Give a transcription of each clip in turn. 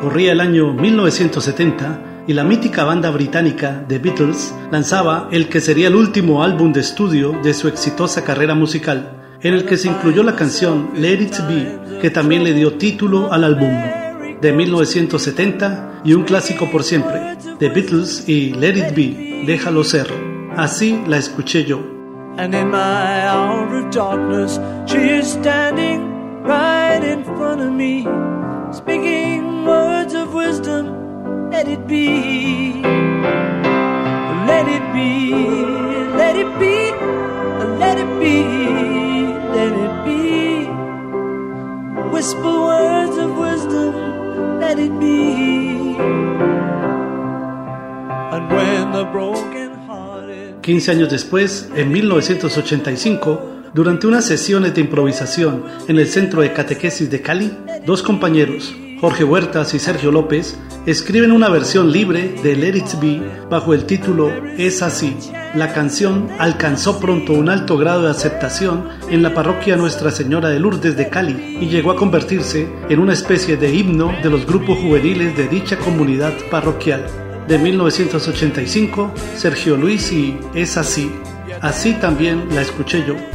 Corría el año 1970 y la mítica banda británica The Beatles lanzaba el que sería el último álbum de estudio de su exitosa carrera musical, en el que se incluyó la canción Let It Be, que también le dio título al álbum. De 1970 y un clásico por siempre, The Beatles y Let It Be, Déjalo Ser. Así la escuché yo. And in my hour of darkness, she is standing right in front of me, speaking words of wisdom. Let it be, let it be, let it be, let it be, let it be. Whisper words of wisdom, let it be. And when the broken hearted... 15 años después, en 1985, durante unas sesiones de improvisación en el Centro de Catequesis de Cali, dos compañeros, Jorge Huertas y Sergio López, escriben una versión libre de Let It Be bajo el título Es Así. La canción alcanzó pronto un alto grado de aceptación en la parroquia Nuestra Señora de Lourdes de Cali y llegó a convertirse en una especie de himno de los grupos juveniles de dicha comunidad parroquial. De 1985, Sergio Luis y Es Así. Así también la escuché yo.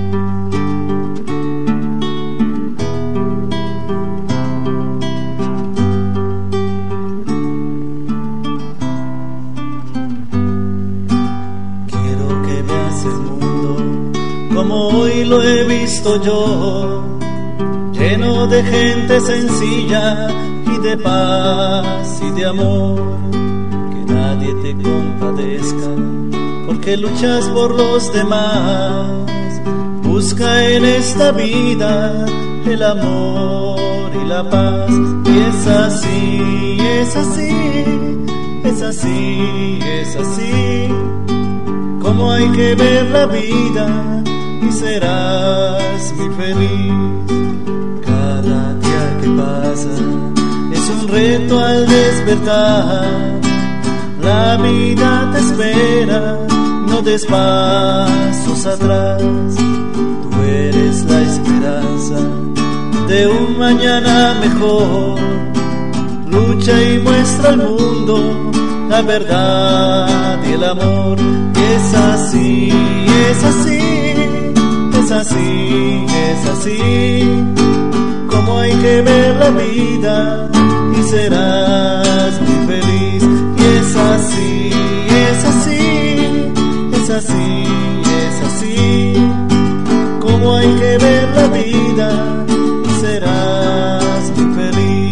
Como hoy lo he visto yo, lleno de gente sencilla y de paz y de amor. Que nadie te compadezca, porque luchas por los demás. Busca en esta vida el amor y la paz. Y es así, es así, es así, es así, como hay que ver la vida, y serás muy feliz. Cada día que pasa es un reto al despertar. La vida te espera, no des pasos atrás. Tú eres la esperanza de un mañana mejor. Lucha y muestra al mundo la verdad y el amor. Y es así, es así, es así, es así, como hay que ver la vida, y serás muy feliz. Y es así, es así, es así, es así, como hay que ver la vida, y serás muy feliz.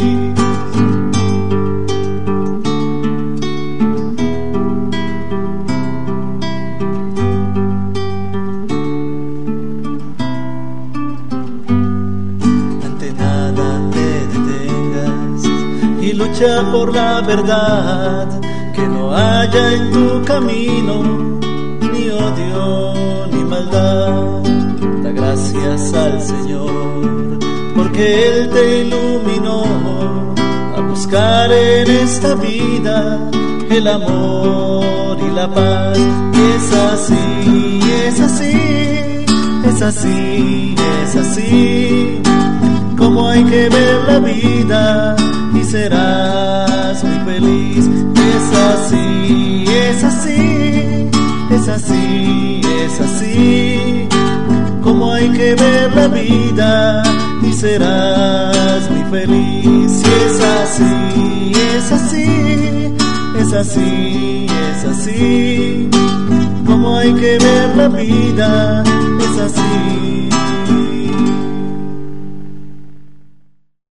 Lucha por la verdad, que no haya en tu camino ni odio ni maldad. Da gracias al Señor, porque Él te iluminó a buscar en esta vida el amor y la paz. Y es así, es así, es así, es así, como hay que ver la vida, y serás muy feliz. Es así, es así, es así, es así, como hay que ver la vida, y serás muy feliz. Y es así, es así, es así, es así, como hay que ver la vida, es así.